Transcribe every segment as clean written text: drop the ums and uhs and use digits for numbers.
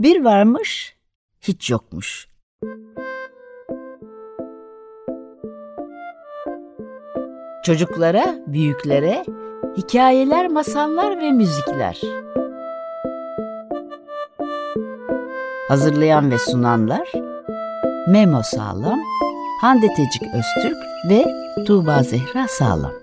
Bir varmış, hiç yokmuş. Çocuklara, büyüklere hikayeler, masallar ve müzikler. Hazırlayan ve sunanlar Memo Sağlam, Hande Tecik Öztürk ve Tuğba Zehra Sağlam.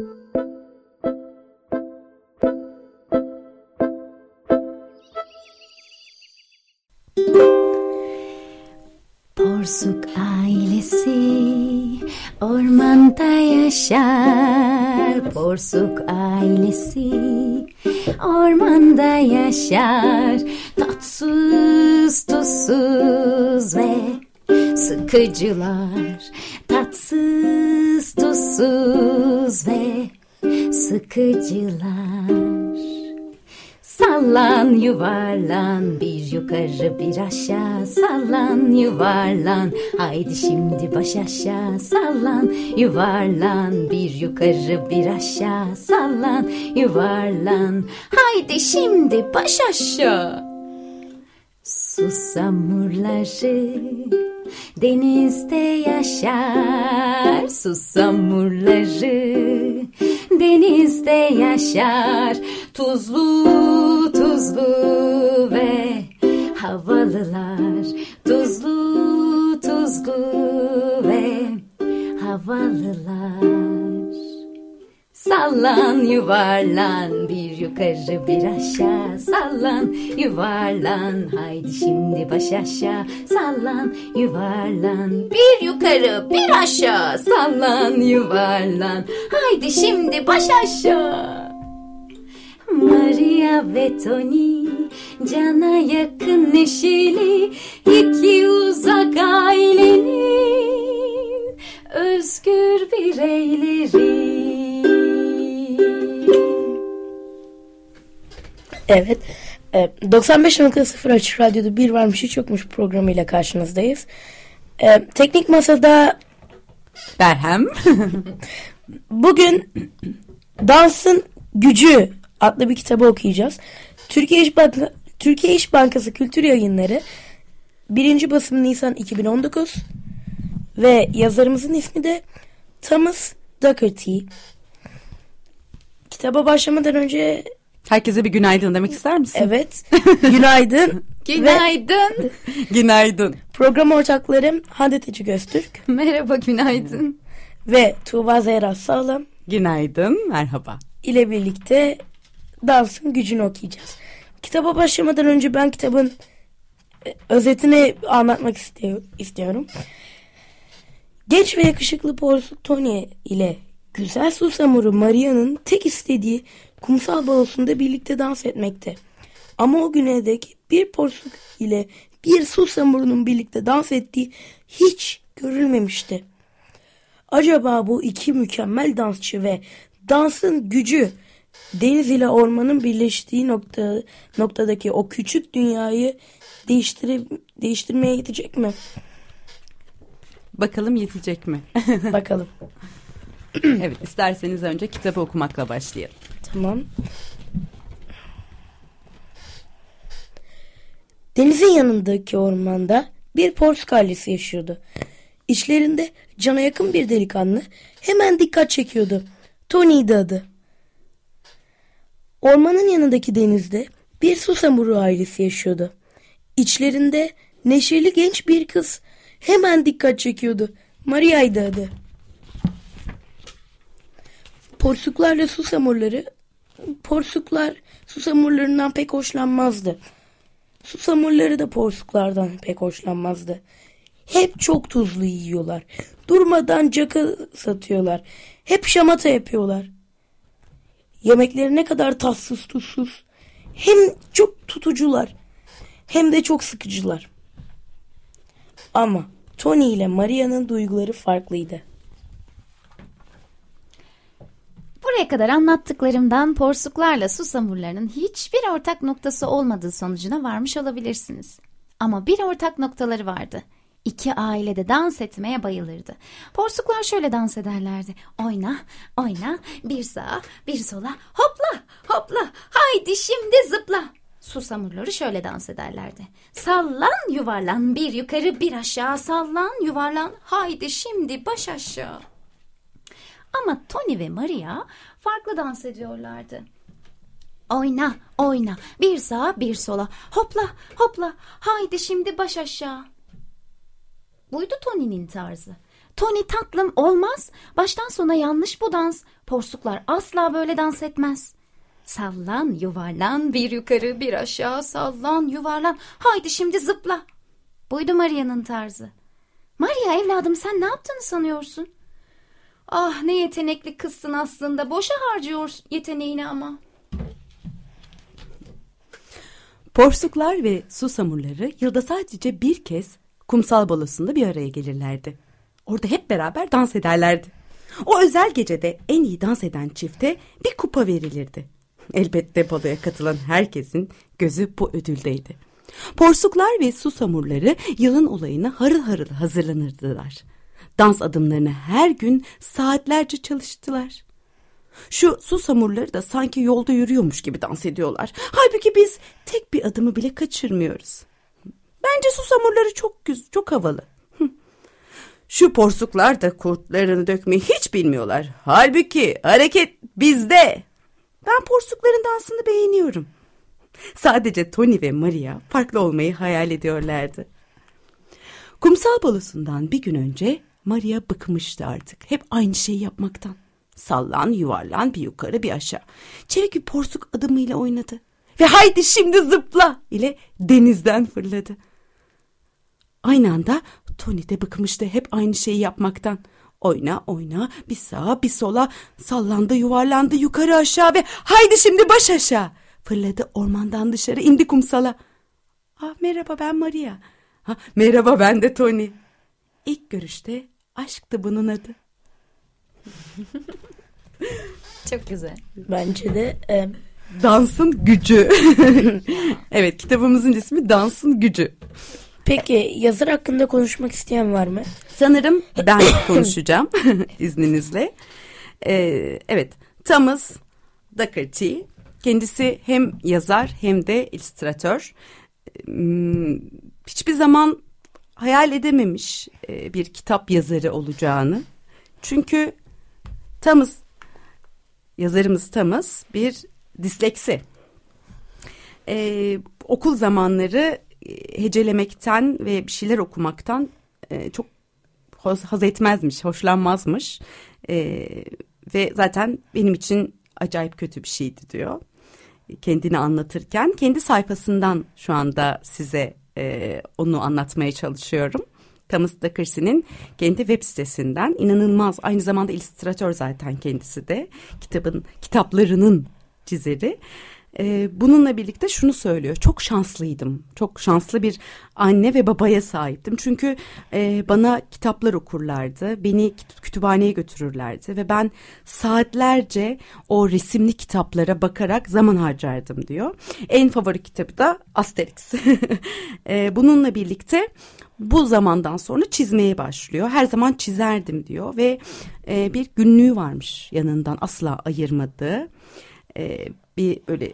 Porsuk ailesi ormanda yaşar. Porsuk ailesi ormanda yaşar. Tatsız tuzsuz ve sıkıcılar. Tatsız tuzsuz ve sıkıcılar. Sallan yuvarlan bir yukarı bir aşağı. Sallan yuvarlan haydi şimdi baş aşağı. Sallan yuvarlan bir yukarı bir aşağı. Sallan yuvarlan haydi şimdi baş aşağı. Susamurları denizde yaşar. Susamurları denizde yaşar. Tuzlu tuzlu ve havalılar. Tuzlu tuzlu ve havalılar. Sallan yuvarlan bir yukarı bir aşağı. Sallan yuvarlan haydi şimdi baş aşağı. Sallan yuvarlan bir yukarı bir aşağı. Sallan yuvarlan haydi şimdi baş aşağı. Maria ve Tony cana yakın neşeli iki uzak ailenin özgür bireyleri. Evet, 95.0 Açık Radyo'da Bir Varmış Hiç Yokmuş programıyla karşınızdayız. Teknik Masa'da Berhem. Bugün Dansın Gücü adlı bir kitabı okuyacağız. Türkiye İş Bankası Kültür Yayınları 1. basım Nisan 2019 ve yazarımızın ismi de Thomas Docherty. Kitaba başlamadan önce herkese bir günaydın demek ister misin? Evet. Günaydın. Günaydın. Günaydın. Program ortaklarım Hande Tecik Öztürk. Merhaba, günaydın. Ve Tuğba Zehra Sağlam. Günaydın, merhaba. İle birlikte Dansın Gücünü okuyacağız. Kitaba başlamadan önce ben kitabın özetini anlatmak istiyorum. Genç ve yakışıklı Porsuk Tony ile güzel susamuru Maria'nın tek istediği kumsal balosunda birlikte dans etmekte. Ama o güne dek bir porsuk ile bir susamurunun birlikte dans ettiği hiç görülmemişti. Acaba bu iki mükemmel dansçı ve dansın gücü deniz ile ormanın birleştiği noktadaki o küçük dünyayı değiştirmeye yetecek mi? Bakalım yetecek mi? Bakalım. Evet, isterseniz önce kitabı okumakla başlayalım. Tamam. Denizin yanındaki ormanda bir porsuk ailesi yaşıyordu. İçlerinde cana yakın bir delikanlı hemen dikkat çekiyordu. Tony'ydi adı. Ormanın yanındaki denizde bir susamuru ailesi yaşıyordu. İçlerinde neşeli genç bir kız hemen dikkat çekiyordu. Maria'ydı adı. Porsuklar susamurlarından pek hoşlanmazdı. Susamurları da porsuklardan pek hoşlanmazdı. Hep çok tuzlu yiyorlar. Durmadan caka satıyorlar. Hep şamata yapıyorlar. Yemekleri ne kadar tatsız tuzsuz. Hem çok tutucular hem de çok sıkıcılar. Ama Tony ile Maria'nın duyguları farklıydı. Buraya kadar anlattıklarımdan porsuklarla susamurlarının hiçbir ortak noktası olmadığı sonucuna varmış olabilirsiniz. Ama bir ortak noktaları vardı. İki ailede dans etmeye bayılırdı. Porsuklar şöyle dans ederlerdi. Oyna, oyna, bir sağa, bir sola, hopla, hopla, haydi şimdi zıpla. susamurları şöyle dans ederlerdi. Sallan yuvarlan bir yukarı bir aşağı, sallan yuvarlan haydi şimdi baş aşağı. Ama Tony ve Maria farklı dans ediyorlardı. Oyna oyna bir sağa bir sola, hopla hopla haydi şimdi baş aşağı. Buydu Tony'nin tarzı. Tony tatlım olmaz, baştan sona yanlış bu dans. Porsuklar asla böyle dans etmez. Sallan yuvarlan bir yukarı bir aşağı, sallan yuvarlan haydi şimdi zıpla. Buydu Maria'nın tarzı. Maria evladım, sen ne yaptığını sanıyorsun? Ah, ne yetenekli kızsın aslında, boşa harcıyorsun yeteneğini ama. Porsuklar ve susamurları yılda sadece bir kez kumsal balosunda bir araya gelirlerdi. Orada hep beraber dans ederlerdi. O özel gecede en iyi dans eden çifte bir kupa verilirdi. Elbette baloya katılan herkesin gözü bu ödüldeydi. Porsuklar ve susamurları yılın olayına harıl harıl hazırlanırdılar. Dans adımlarını her gün saatlerce çalıştılar. Şu susamurları da sanki yolda yürüyormuş gibi dans ediyorlar. Halbuki biz tek bir adımı bile kaçırmıyoruz. Bence susamurları çok havalı. Şu porsuklar da kurtlarını dökmeyi hiç bilmiyorlar. Halbuki hareket bizde. Ben porsukların dansını beğeniyorum. Sadece Tony ve Maria farklı olmayı hayal ediyorlardı. Kumsal balosundan bir gün önce Maria bıkmıştı artık. Hep aynı şeyi yapmaktan. Sallan yuvarlan bir yukarı bir aşağı. Çevik bir porsuk adımıyla oynadı. Ve haydi şimdi zıpla ile denizden fırladı. Aynı anda Tony de bıkmıştı hep aynı şeyi yapmaktan. Oyna oyna bir sağa bir sola sallandı yuvarlandı yukarı aşağı ve haydi şimdi baş aşağı. Fırladı ormandan dışarı indi kumsala. Ah, merhaba ben Maria. Merhaba ben de Tony. İlk görüşte aşktı bunun adı. Çok güzel. Bence de Dansın gücü. Evet, kitabımızın ismi Dansın Gücü. Peki yazar hakkında konuşmak isteyen var mı? Sanırım ben konuşacağım izninizle. Evet, Thomas Docherty. Kendisi hem yazar hem de illüstratör. Hiçbir zaman hayal edememiş bir kitap yazarı olacağını. Çünkü yazarımız Thomas bir disleksi. Okul zamanları hecelemekten ve bir şeyler okumaktan çok haz etmezmiş, hoşlanmazmış. Ve zaten benim için acayip kötü bir şeydi diyor. Kendini anlatırken kendi sayfasından şu anda size onu anlatmaya çalışıyorum. Thomas Docherty'nin kendi web sitesinden inanılmaz, aynı zamanda illüstratör zaten kendisi de, kitaplarının çizeri. Bununla birlikte şunu söylüyor: çok şanslıydım, çok şanslı bir anne ve babaya sahiptim. Çünkü bana kitaplar okurlardı, beni kütüphaneye götürürlerdi ve ben saatlerce o resimli kitaplara bakarak zaman harcardım diyor. En favori kitabı da Asterix. Bununla birlikte bu zamandan sonra çizmeye başlıyor. Her zaman çizerdim diyor ve bir günlüğü varmış yanından asla ayırmadığı. Bir öyle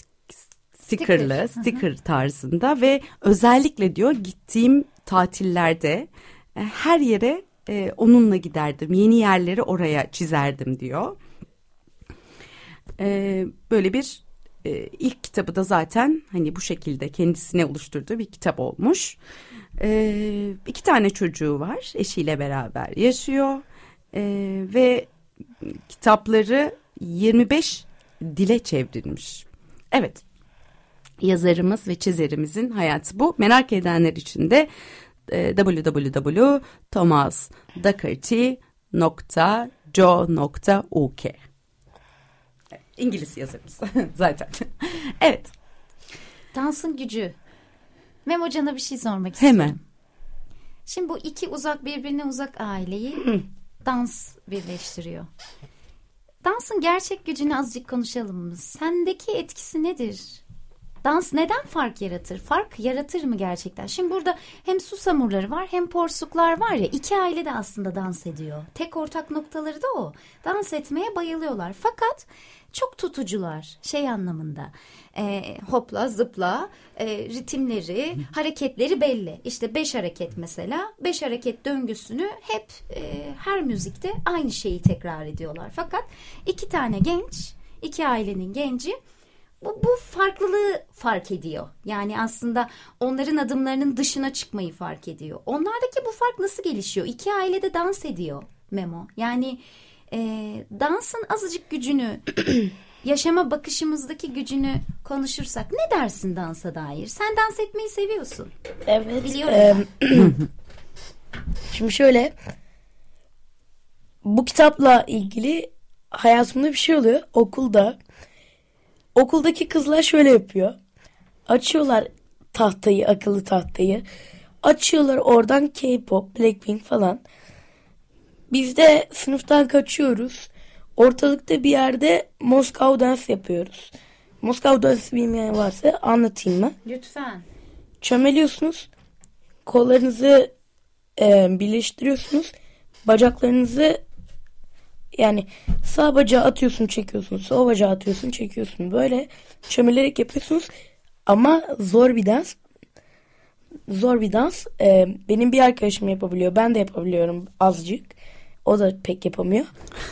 sticker tarzında ve özellikle diyor gittiğim tatillerde her yere onunla giderdim. Yeni yerleri oraya çizerdim diyor. Böyle bir ilk kitabı da zaten hani bu şekilde kendisine oluşturduğu bir kitap olmuş. 2 tane çocuğu var, eşiyle beraber yaşıyor ve kitapları 25 dile çevrilmiş. Evet, yazarımız ve çizerimizin hayatı bu. Merak edenler için de www.thomasdocherty.co.uk. İngiliz yazarımız zaten. Evet. Dansın gücü. Memo Can'a bir şey sormak istiyorum. Hemen. Şimdi bu iki birbirine uzak aileyi dans birleştiriyor. Dansın gerçek gücünü azıcık konuşalım mı? Sendeki etkisi nedir? Dans neden fark yaratır? Fark yaratır mı gerçekten? Şimdi burada hem susamurları var hem porsuklar var ya, iki aile de aslında dans ediyor. Tek ortak noktaları da o. Dans etmeye bayılıyorlar. Fakat çok tutucular şey anlamında. Hopla zıpla ritimleri, hareketleri belli. İşte 5 hareket mesela. 5 hareket döngüsünü hep her müzikte aynı şeyi tekrar ediyorlar. Fakat iki tane genç, iki ailenin genci bu farklılığı fark ediyor. Yani aslında onların adımlarının dışına çıkmayı fark ediyor. Onlardaki bu fark nasıl gelişiyor? İki ailede dans ediyor Memo. Yani dansın azıcık gücünü, yaşama bakışımızdaki gücünü konuşursak ne dersin dansa dair? Sen dans etmeyi seviyorsun. Evet. Biliyorum. Şimdi şöyle, bu kitapla ilgili hayatımda bir şey oluyor. Okuldaki kızlar şöyle yapıyor. Açıyorlar tahtayı, akıllı tahtayı. Açıyorlar oradan K-pop, Blackpink falan. Biz de sınıftan kaçıyoruz. Ortalıkta bir yerde Moskov dans yapıyoruz. Moskov dansı bilmeyen varsa anlatayım mı? Lütfen. Çömeliyorsunuz. Kollarınızı birleştiriyorsunuz. Bacaklarınızı, yani sağ bacağı atıyorsun, çekiyorsun. Sol bacağı atıyorsun, çekiyorsun. Böyle çömelerek yapıyorsunuz. Ama zor bir dans. Benim bir arkadaşım yapabiliyor. Ben de yapabiliyorum azıcık. O da pek yapamıyor.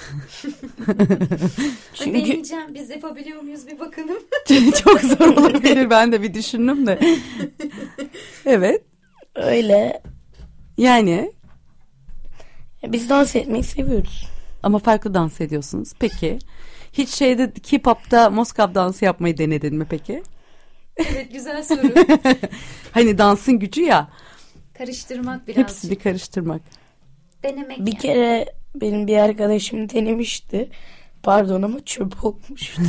Çünkü... Deneyeceğim. Biz yapabiliyor muyuz bir bakalım. Çok zor olabilir. Ben de bir düşündüm de. Evet. Öyle. Yani. Biz dans etmeyi seviyoruz. Ama farklı dans ediyorsunuz. Peki. Hiç K-pop'ta Moskov dansı yapmayı denedin mi peki? Evet, güzel soru. Hani dansın gücü ya. Karıştırmak biraz. Hepsini karıştırmak. Denemek bir kere benim bir arkadaşım denemişti. Pardon ama çöp olmuştu.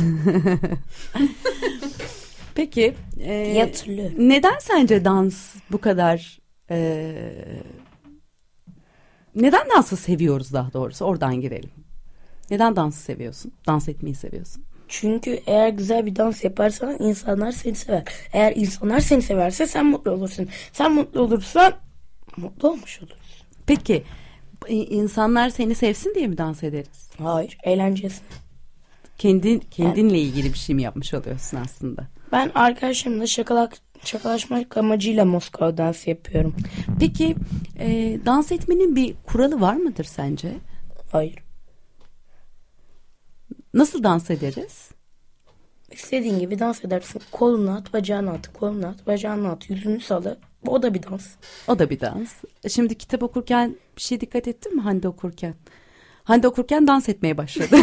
Peki. Hatırlıyorum. Neden sence dans bu kadar... neden dansı seviyoruz daha doğrusu? Oradan girelim. Neden dansı seviyorsun? Dans etmeyi seviyorsun? Çünkü eğer güzel bir dans yaparsan insanlar seni sever. Eğer insanlar seni severse sen mutlu olursun. Sen mutlu olursan mutlu olmuş olursun. Peki insanlar seni sevsin diye mi dans ederiz? Hayır, eğlencesi. Kendinle ilgili bir şey mi yapmış oluyorsun aslında? Ben arkadaşlarımla şakalaşmak amacıyla Moskova dansı yapıyorum. Peki dans etmenin bir kuralı var mıdır sence? Hayır. Nasıl dans ederiz? İstediğin gibi dans edersin. Kolunu at, bacağını at, kolunu at, bacağını at, yüzünü salı. O da bir dans. O da bir dans. Şimdi kitap okurken bir şey dikkat ettin mi Hande okurken? Hande okurken dans etmeye başladı.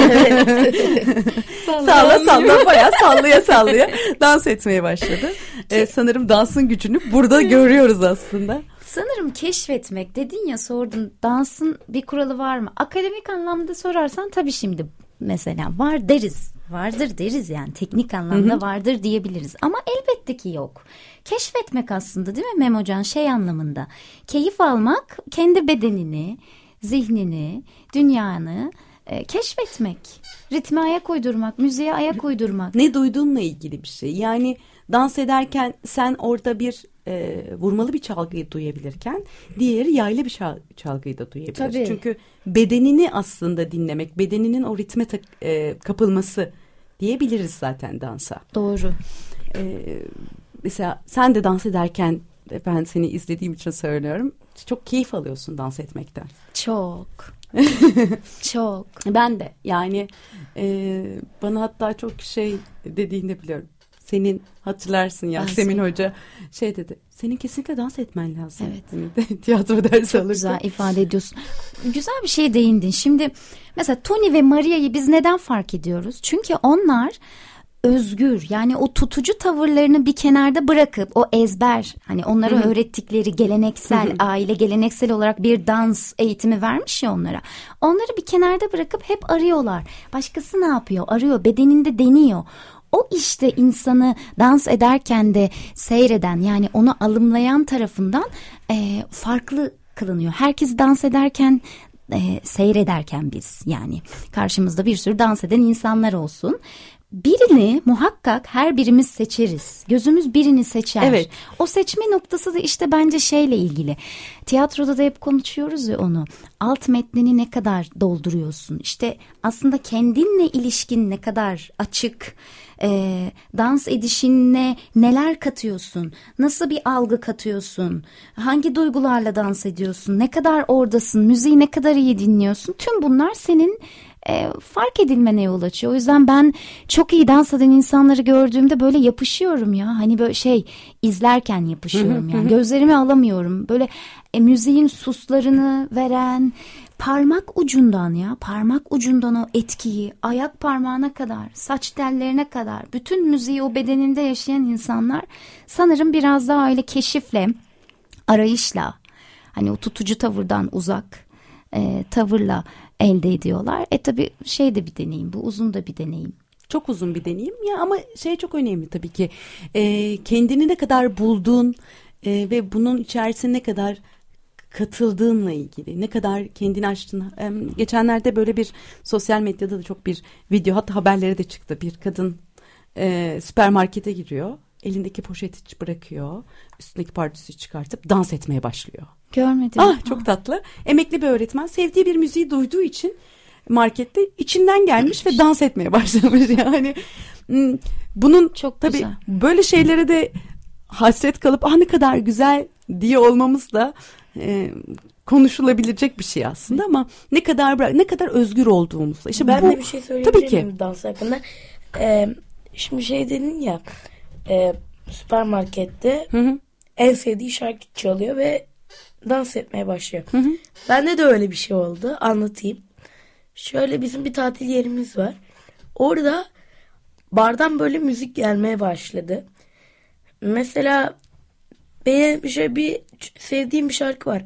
Salla bayağı sallaya dans etmeye başladı. Sanırım dansın gücünü burada görüyoruz aslında. Sanırım keşfetmek dedin ya, sordun dansın bir kuralı var mı? Akademik anlamda sorarsan tabii şimdi mesela var deriz. Vardır deriz yani teknik anlamda vardır diyebiliriz. Ama elbette ki yok. Keşfetmek aslında değil mi Memocan, şey anlamında. Keyif almak, kendi bedenini, zihnini, dünyanı keşfetmek. Ritme ayak uydurmak, müziğe ayak uydurmak. Ne duyduğunla ilgili bir şey. Yani dans ederken sen orada bir vurmalı bir çalgıyı duyabilirken diğeri yaylı bir çalgıyı da duyabilir. Tabii. Çünkü bedenini aslında dinlemek, bedeninin o ritme kapılması diyebiliriz zaten dansa. Doğru. Mesela sen de dans ederken, ben seni izlediğim için söylüyorum, çok keyif alıyorsun dans etmekten. Çok. Çok. Ben de yani bana hatta çok şey dediğini biliyorum. Senin hatırlarsın ya, Semin Hoca şey dedi. Senin kesinlikle dans etmen lazım. Evet. Hani tiyatro dersi çok alırken. Güzel ifade ediyorsun. Güzel bir şeye değindin. Şimdi mesela Tony ve Maria'yı biz neden fark ediyoruz? Çünkü onlar özgür, yani o tutucu tavırlarını bir kenarda bırakıp o ezber, hani onlara öğrettikleri geleneksel, aile geleneksel olarak bir dans eğitimi vermiş ya onlara. Onları bir kenarda bırakıp hep arıyorlar. Başkası ne yapıyor? Arıyor, bedeninde deniyor. O işte insanı dans ederken de seyreden, yani onu alımlayan tarafından farklı kılınıyor. Herkes dans ederken, seyrederken biz, yani karşımızda bir sürü dans eden insanlar olsun. birini muhakkak her birimiz seçeriz. Gözümüz birini seçer. Evet. O seçme noktası da işte bence şeyle ilgili. Tiyatroda da hep konuşuyoruz ya onu. Alt metnini ne kadar dolduruyorsun? İşte aslında kendinle ilişkin ne kadar açık, dans edişine neler katıyorsun? Nasıl bir algı katıyorsun? Hangi duygularla dans ediyorsun? Ne kadar oradasın? Müziği ne kadar iyi dinliyorsun? Tüm bunlar senin fark edilmene yol açıyor. O yüzden ben çok iyi dans eden insanları gördüğümde böyle yapışıyorum ya. Hani böyle izlerken yapışıyorum yani. Gözlerimi alamıyorum. Böyle müziğin suslarını veren, parmak ucundan o etkiyi, ayak parmağına kadar, saç tellerine kadar, bütün müziği o bedeninde yaşayan insanlar sanırım biraz daha öyle keşifle, arayışla, hani o tutucu tavırdan uzak tavırla elde ediyorlar. Tabii de bir deneyim, bu uzun da bir deneyim. Çok uzun bir deneyim ya, ama çok önemli tabii ki. Kendini ne kadar buldun ve bunun içerisine ne kadar katıldığınla ilgili, ne kadar kendini açtın. Geçenlerde böyle bir sosyal medyada da çok bir video, hatta haberlere de çıktı. Bir kadın süpermarkete giriyor, elindeki poşeti bırakıyor, üstündeki pardösüyü çıkartıp dans etmeye başlıyor. Görmedim. Çok tatlı. Emekli bir öğretmen, sevdiği bir müziği duyduğu için markette içinden gelmiş ve dans etmeye başlamış. Yani bunun çok tabii güzel. Böyle şeylere de hasret kalıp ne kadar güzel diye olmamız da konuşulabilecek bir şey aslında, ama ne kadar özgür olduğumuzla. İşte ben de bir şey söyleyebilir tabii miyim dans hakkında? Şimdi dedin ya, süpermarkette en sevdiği şarkı çalıyor ve dans etmeye başlıyor. Bende de öyle bir şey oldu. Anlatayım. Şöyle, bizim bir tatil yerimiz var. Orada bardan böyle müzik gelmeye başladı. Mesela benim bir sevdiğim bir şarkı var.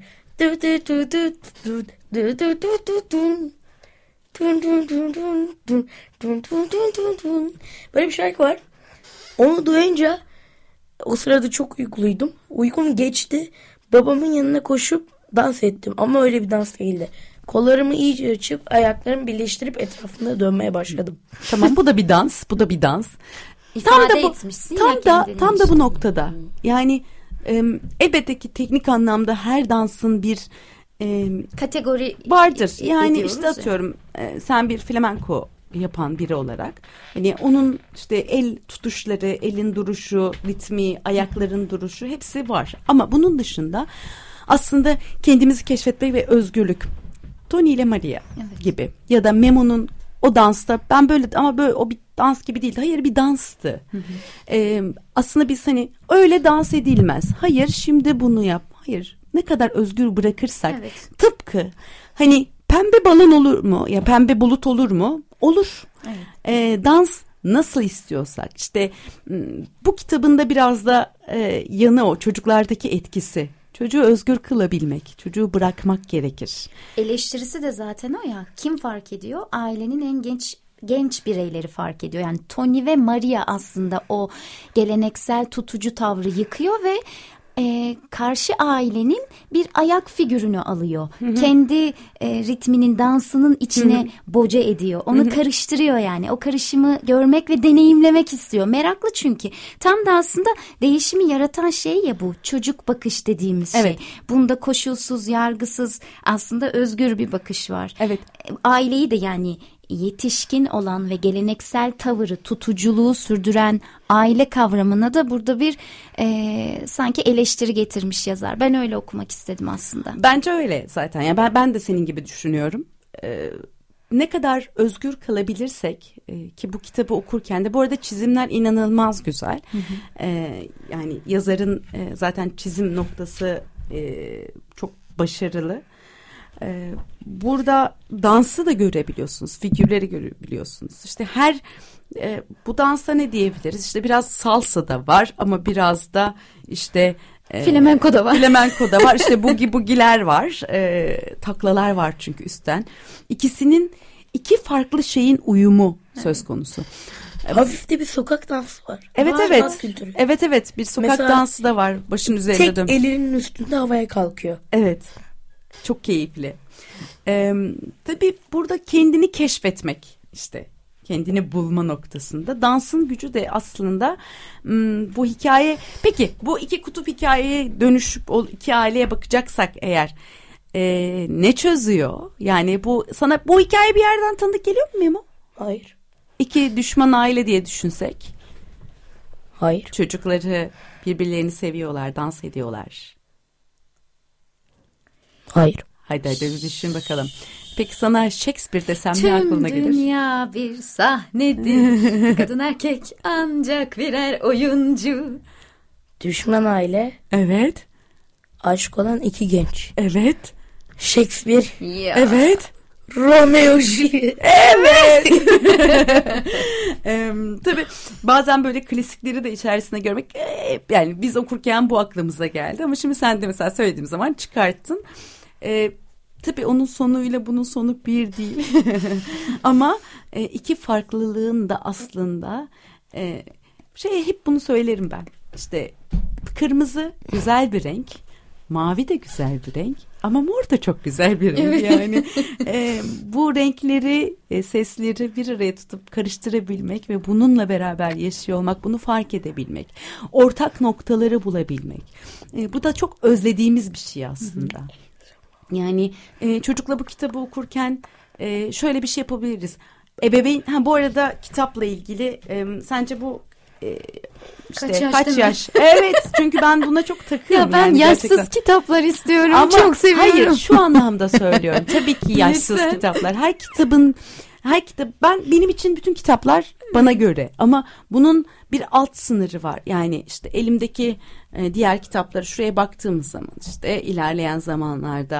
Böyle bir şarkı var. Onu duyunca o sırada çok uykuluydum. Uykum geçti. Babamın yanına koşup dans ettim. Ama öyle bir dans değildi. Kollarımı iyice açıp ayaklarımı birleştirip etrafında dönmeye başladım. Tamam, bu da bir dans. Bu da bir dans. Tam da bu noktada. Yani elbette ki teknik anlamda her dansın bir kategori vardır. Yani işte atıyorum sen bir flamenko yapan biri olarak, hani onun işte el tutuşları, elin duruşu, ritmi, ayakların duruşu hepsi var. Ama bunun dışında aslında kendimizi keşfetmek ve özgürlük. Tony ile Maria gibi, ya da Memo'nun o dansta ben böyle, ama böyle o bir dans gibi değildi. Hayır, bir danstı. Aslında biz hani öyle dans edilmez. Hayır, şimdi bunu yap. Hayır, ne kadar özgür bırakırsak, tıpkı hani pembe balon olur mu ya pembe bulut olur mu? Olur. Evet. Dans nasıl istiyorsak, işte bu kitabında biraz da yanı o çocuklardaki etkisi. Çocuğu özgür kılabilmek, çocuğu bırakmak gerekir. Eleştirisi de zaten o ya. Kim fark ediyor? Ailenin en genç bireyleri fark ediyor. Yani Tony ve Maria aslında o geleneksel tutucu tavrı yıkıyor ve karşı ailenin bir ayak figürünü alıyor. Kendi ritminin, dansının içine boca ediyor. Onu karıştırıyor yani. O karışımı görmek ve deneyimlemek istiyor. Meraklı çünkü. Tam da aslında değişimi yaratan şey ya bu. Çocuk bakış dediğimiz şey. Bunda koşulsuz, yargısız, aslında özgür bir bakış var. Evet. Aileyi de, yani yetişkin olan ve geleneksel tavırı, tutuculuğu sürdüren aile kavramına da burada bir sanki eleştiri getirmiş yazar. Ben öyle okumak istedim aslında. Bence öyle zaten. Yani ben de senin gibi düşünüyorum. Ne kadar özgür kalabilirsek ki bu kitabı okurken de, bu arada çizimler inanılmaz güzel. Yani yazarın zaten çizim noktası çok başarılı. Burada dansı da görebiliyorsunuz, figürleri görebiliyorsunuz. İşte bu dansa ne diyebiliriz? İşte biraz salsa da var, ama biraz da işte flamenco da var. Flamenco da var. İşte bugiler var, taklalar var çünkü üstten. İkisinin iki farklı şeyin uyumu söz konusu. Hafif de bir sokak dansı var. Evet. Bir sokak mesela dansı da var. Başın üzerinde tek elinin üstünde havaya kalkıyor. Evet. Çok keyifli. Tabii burada kendini keşfetmek, işte kendini bulma noktasında. Dansın gücü de aslında bu hikaye. Peki bu iki kutup hikayeye dönüşüp o iki aileye bakacaksak eğer ne çözüyor? Yani sana bu hikaye bir yerden tanıdık geliyor mu Memo? Hayır. İki düşman aile diye düşünsek. Hayır. Çocukları birbirlerini seviyorlar, dans ediyorlar. Hayır. Hadi bir düşün bakalım. Peki sana Shakespeare desem ne aklına gelir? Tüm dünya bir sahnedir. Kadın erkek ancak birer oyuncu. Düşman aile, Evet. aşık olan iki genç. Evet. Shakespeare, Ya. Evet. Romeo Juliet. Evet. Tabii bazen böyle klasikleri de içerisine görmek yani biz okurken bu aklımıza geldi ama şimdi sen de mesela söylediğim zaman çıkarttın. Tabii onun sonuyla bunun sonu bir değil. Ama iki farklılığın da aslında hep bunu söylerim ben. İşte kırmızı güzel bir renk, mavi de güzel bir renk ama mor da çok güzel bir renk. Evet. Yani bu renkleri, sesleri bir araya tutup karıştırabilmek ve bununla beraber yaşıyor olmak, bunu fark edebilmek, ortak noktaları bulabilmek. Bu da çok özlediğimiz bir şey aslında. Yani çocukla bu kitabı okurken şöyle bir şey yapabiliriz. Bu arada kitapla ilgili sence bu kaç yaş? Evet, çünkü ben buna çok takıyorum. Ya ben yani yaşsız gerçekten. kitaplar istiyorum. Ama çok seviyorum. hayır, şu anlamda söylüyorum. Tabii ki yaşsız Lütfen. kitaplar. Her kitap benim için bütün kitaplar bana göre ama bunun bir alt sınırı var. Yani işte elimdeki diğer kitapları şuraya baktığımız zaman işte ilerleyen zamanlarda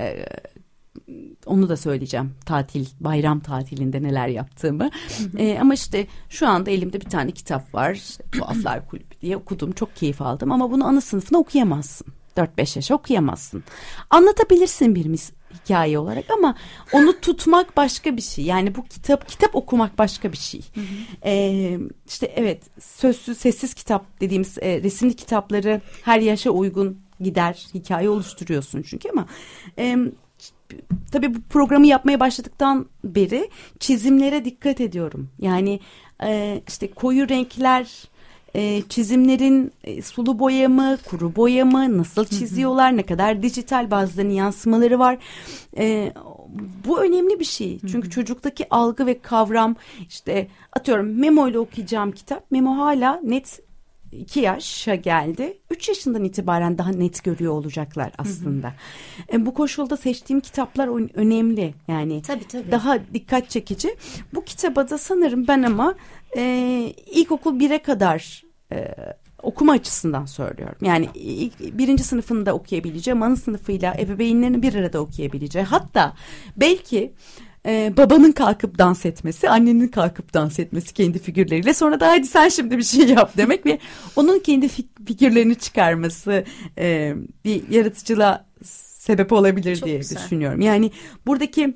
onu da söyleyeceğim. Bayram tatilinde neler yaptığımı. Ama işte şu anda elimde bir tane kitap var. Tuhaflar Kulübü diye okudum. Çok keyif aldım ama bunu ana sınıfına okuyamazsın. 4-5 yaşa okuyamazsın. Anlatabilirsin bir hikaye olarak ama onu tutmak başka bir şey. Yani bu kitap okumak başka bir şey. İşte evet, sözsüz, sessiz kitap dediğimiz resimli kitapları her yaşa uygun gider. Hikaye oluşturuyorsun çünkü ama tabii bu programı yapmaya başladıktan beri çizimlere dikkat ediyorum. Yani işte koyu renkler, çizimlerin sulu boya mı, kuru boya mı, nasıl çiziyorlar, ne kadar dijital, bazılarının yansımaları var. Bu önemli bir şey. Çünkü çocuktaki algı ve kavram, işte atıyorum Memo ile okuyacağım kitap. Memo hala net 2 yaşa geldi. 3 yaşından itibaren daha net görüyor olacaklar aslında. Bu koşulda seçtiğim kitaplar önemli. Yani Tabii. daha dikkat çekici. Bu kitaba da sanırım ben ama ilkokul 1'e kadar okuma açısından söylüyorum. Yani birinci sınıfında okuyabileceği, ana sınıfıyla ebeveynlerin bir arada okuyabileceği, hatta belki babanın kalkıp dans etmesi, annenin kalkıp dans etmesi kendi figürleriyle, sonra da hadi sen şimdi bir şey yap demek ve onun kendi figürlerini çıkarması bir yaratıcılığa sebep olabilir çok diye güzel düşünüyorum. Yani buradaki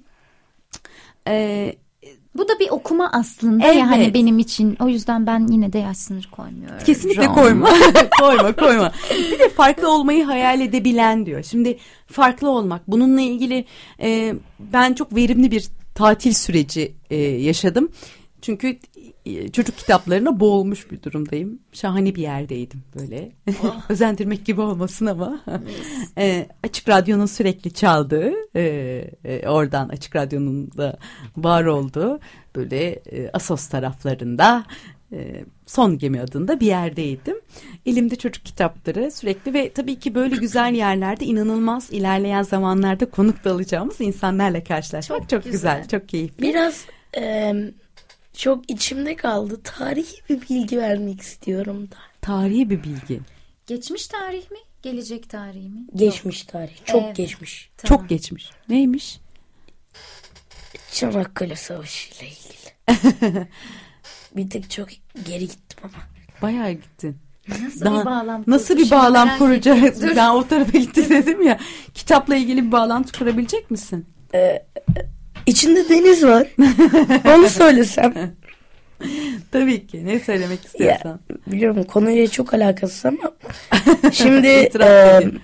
bu da bir okuma aslında evet. ya hani benim için. O yüzden ben yine de yaş sınırı koymuyorum. Kesinlikle koyma. koyma. Bir de farklı olmayı hayal edebilen diyor. Şimdi farklı olmak, bununla ilgili ben çok verimli bir tatil süreci yaşadım. Çünkü çocuk kitaplarına boğulmuş bir durumdayım. Şahane bir yerdeydim böyle. Özendirmek gibi olmasın ama. Açık Radyo'nun sürekli çaldığı, oradan Açık Radyo'nun da var olduğu böyle Assos taraflarında Son Gemi adında bir yerdeydim. Elimde çocuk kitapları sürekli ve tabii ki böyle güzel yerlerde inanılmaz ilerleyen zamanlarda konuk da alacağımız insanlarla karşılaşmak çok güzel, çok keyifli. Biraz çok içimde kaldı. Tarihi bir bilgi vermek istiyorum da. Tarihi bir bilgi. Geçmiş tarih mi? Gelecek tarih mi? Geçmiş tarih. Çok Evet. geçmiş. Tamam. Çok geçmiş. Neymiş? Çanakkale Savaşı ile ilgili. Bir tık çok geri gittim ama. Bayağı gittin. Nasıl Daha, bir bağlam nasıl kurdu? bir bağlam Merak kuracağız? ettim. Dur. Ben o tarafa gitti dedim ya. Kitapla ilgili bir bağlantı kurabilecek misin? İçinde deniz var. Onu söylesem. Tabii ki. Ne söylemek istiyorsan. Ya, biliyorum konuyla çok alakasız ama şimdi İtiraf edin.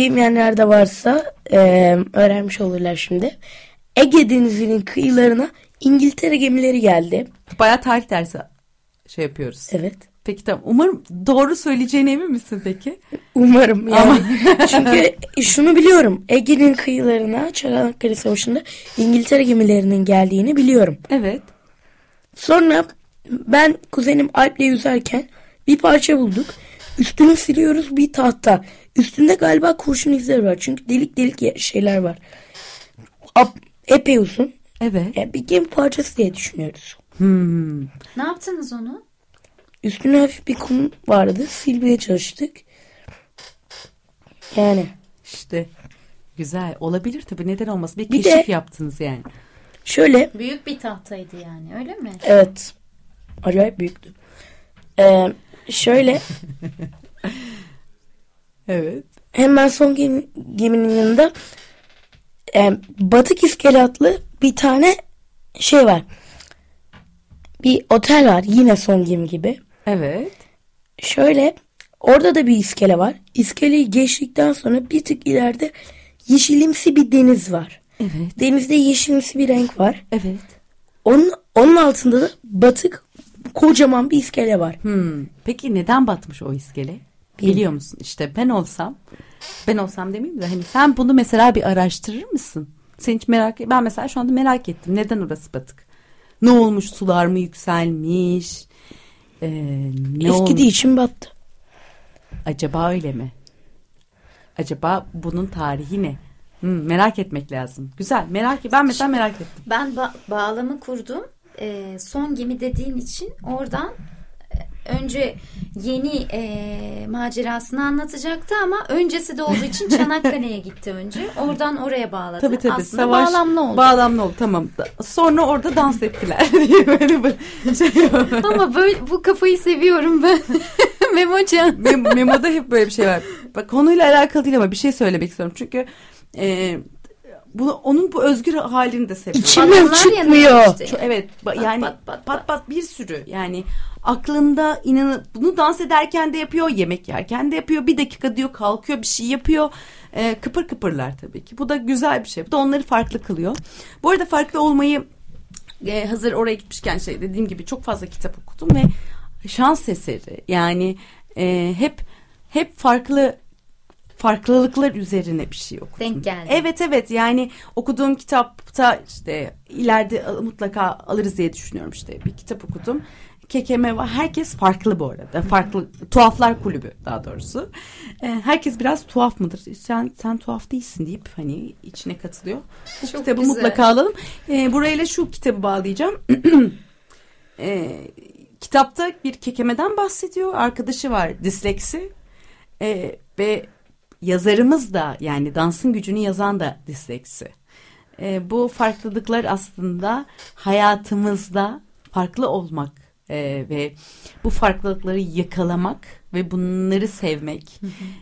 bilmeyenler de varsa öğrenmiş olurlar şimdi. Ege Denizi'nin kıyılarına İngiltere gemileri geldi. Bayağı tarih dersi şey yapıyoruz. Evet. Peki tamam. Umarım doğru söyleyeceğine emin misin peki? Umarım yani. Çünkü şunu biliyorum. Ege'nin kıyılarına Çanakkale Savaşı'nda İngiltere gemilerinin geldiğini biliyorum. Evet. Sonra ben kuzenim Alp'le yüzerken bir parça bulduk. Üstünü siliyoruz, bir tahta. Üstünde galiba kurşun izleri var. Çünkü delik delik şeyler var. Epey uzun. Evet. Yani bir gemi parçası diye düşünüyoruz. Ne yaptınız onu? Üstüne hafif bir kum vardı. Silmeye çalıştık. Yani. İşte güzel. Olabilir tabii. Neden olmasın? Bir Bir keşif de- yaptınız yani. Şöyle. Büyük bir tahtaydı yani, öyle mi? Evet. Acayip büyüktü. Şöyle. Evet. Hemen son geminin yanında batık iskeletli bir tane şey var. Bir otel var. Yine son gemi gibi. Evet. Şöyle. Orada da bir iskele var. İskeleyi geçtikten sonra bir tık ileride yeşilimsi bir deniz var. Evet. Denizde yeşilimsi bir renk var. Evet. Onun altında da batık kocaman bir iskele var. Peki neden batmış o iskele? Biliyor musun? İşte ben olsam demeyeyim de hani sen bunu mesela bir araştırır mısın? Sen hiç ben mesela şu anda merak ettim. Neden orası batık? Ne olmuş? Sular mı yükselmiş? Ne olmuş? Eskidiği için battı. Acaba öyle mi? Acaba bunun tarihi ne? Merak etmek lazım. Güzel. Ben mesela merak ettim. Ben bağlamı kurdum. Son gemi dediğin için oradan önce yeni macerasını anlatacaktı ama öncesi de olduğu için Çanakkale'ye gitti önce. Oradan oraya bağladı. Tabii. Aslında Savaş, bağlamlı oldu. Bağlamlı oldu, tamam. Sonra orada dans ettiler diye böyle bir şey. Ama böyle bu kafayı seviyorum ben. Memocan. Memo'da hep böyle bir şey var. Bak, konuyla alakalı değil ama bir şey söylemek istiyorum. Çünkü onun bu özgür halini de seviyorum. İçimden Balonlar çıkmıyor. yanıyor işte. Evet, yani Pat bir sürü, yani aklında bunu dans ederken de yapıyor, yemek yerken de yapıyor, bir dakika diyor kalkıyor bir şey yapıyor, kıpır kıpırlar tabii ki. Bu da güzel bir şey. Bu da onları farklı kılıyor. Bu arada farklı olmayı hazır oraya gitmişken dediğim gibi çok fazla kitap okudum ve şans eseri yani hep farklılıklar üzerine bir şey okudum. Denk geldi. Evet, yani okuduğum kitapta işte ileride mutlaka alırız diye düşünüyorum, işte bir kitap okudum. Kekeme var. Herkes farklı bu arada. Farklı, tuhaflar kulübü daha doğrusu. Herkes biraz tuhaf mıdır? Sen tuhaf değilsin deyip hani içine katılıyor. Bu Çok kitabı güzel. mutlaka alalım. Burayla şu kitabı bağlayacağım. Kitapta bir kekemeden bahsediyor. Arkadaşı var, disleksi. Ve yazarımız da, yani Dansın Gücü'nü yazan da disleksi. Bu farklılıklar aslında hayatımızda farklı olmak ve bu farklılıkları yakalamak ve bunları sevmek.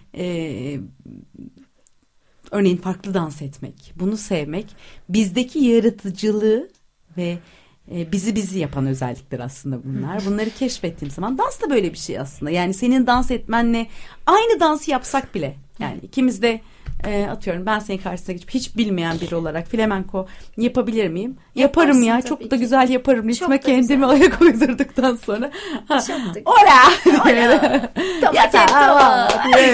Örneğin farklı dans etmek, bunu sevmek, bizdeki yaratıcılığı ve bizi yapan özellikler aslında bunlar. Bunları keşfettiğim zaman dans da böyle bir şey aslında. Yani senin dans etmenle aynı dansı yapsak bile, yani ikimiz de atıyorum ben senin karşısına geçip hiç bilmeyen biri olarak flamenko yapabilir miyim? Yaparım ya. Yaparsın Çok tabii da ki. güzel yaparım. Çok Ritme da kendimi güzel. ayak uydurduktan sonra. Çok da Ora! Tamam.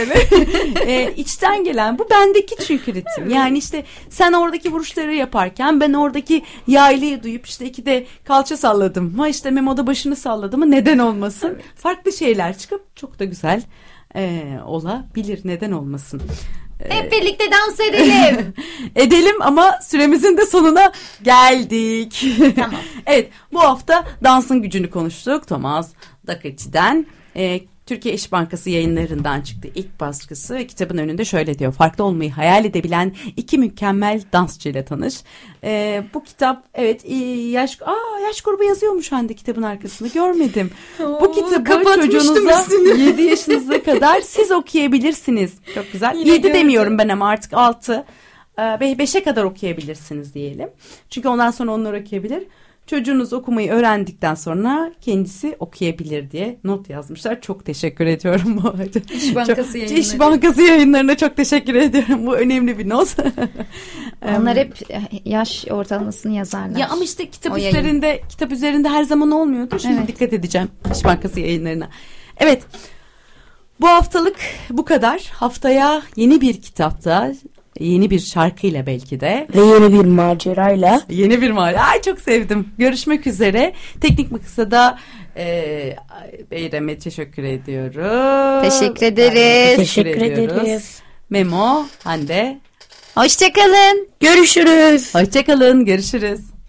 İçten gelen bu bendeki çünkü ritim. Yani işte sen oradaki vuruşları yaparken ben oradaki yaylıyı duyup işte iki de kalça salladım. Ha işte Memo'da başını salladı mı neden olmasın? Evet. Farklı şeyler çıkıp çok da güzel olabilir. Neden olmasın? Hep birlikte dans edelim. Edelim ama süremizin de sonuna geldik. Tamam. Evet, bu hafta Dansın Gücü'nü konuştuk. Thomas Doherty'den. Türkiye İş Bankası yayınlarından çıktı ilk baskısı ve kitabın önünde şöyle diyor: farklı olmayı hayal edebilen iki mükemmel dansçıyla tanış. Bu kitap evet yaş grubu yazıyormuş Hande kitabın arkasında, görmedim. Bu kitabı çocuğunuza 7 yaşınıza kadar siz okuyabilirsiniz. Çok güzel. 7 demiyorum ben ama artık 6 5'e kadar okuyabilirsiniz diyelim. Çünkü ondan sonra onlar okuyabilir. çocuğunuz okumayı öğrendikten sonra kendisi okuyabilir diye not yazmışlar. Çok teşekkür ediyorum bu arada. İş Bankası yayınları. İş Bankası yayınlarına çok teşekkür ediyorum. Bu önemli bir not. Onlar hep yaş ortalamasını yazarlar. Ya ama işte kitap O üzerinde her zaman olmuyordu. Şimdi Evet. dikkat edeceğim İş Bankası yayınlarına. Evet. Bu haftalık bu kadar. Haftaya yeni bir kitapta, yeni bir şarkıyla belki de. Ve yeni bir macerayla. Yeni bir macera. Ay çok sevdim. Görüşmek üzere. Teknik Makasa'da Beyrem'e teşekkür ediyoruz. Teşekkür ederiz. Teşekkür ederiz. Memo, Hande. Hoşçakalın. Görüşürüz. Hoşçakalın. Görüşürüz.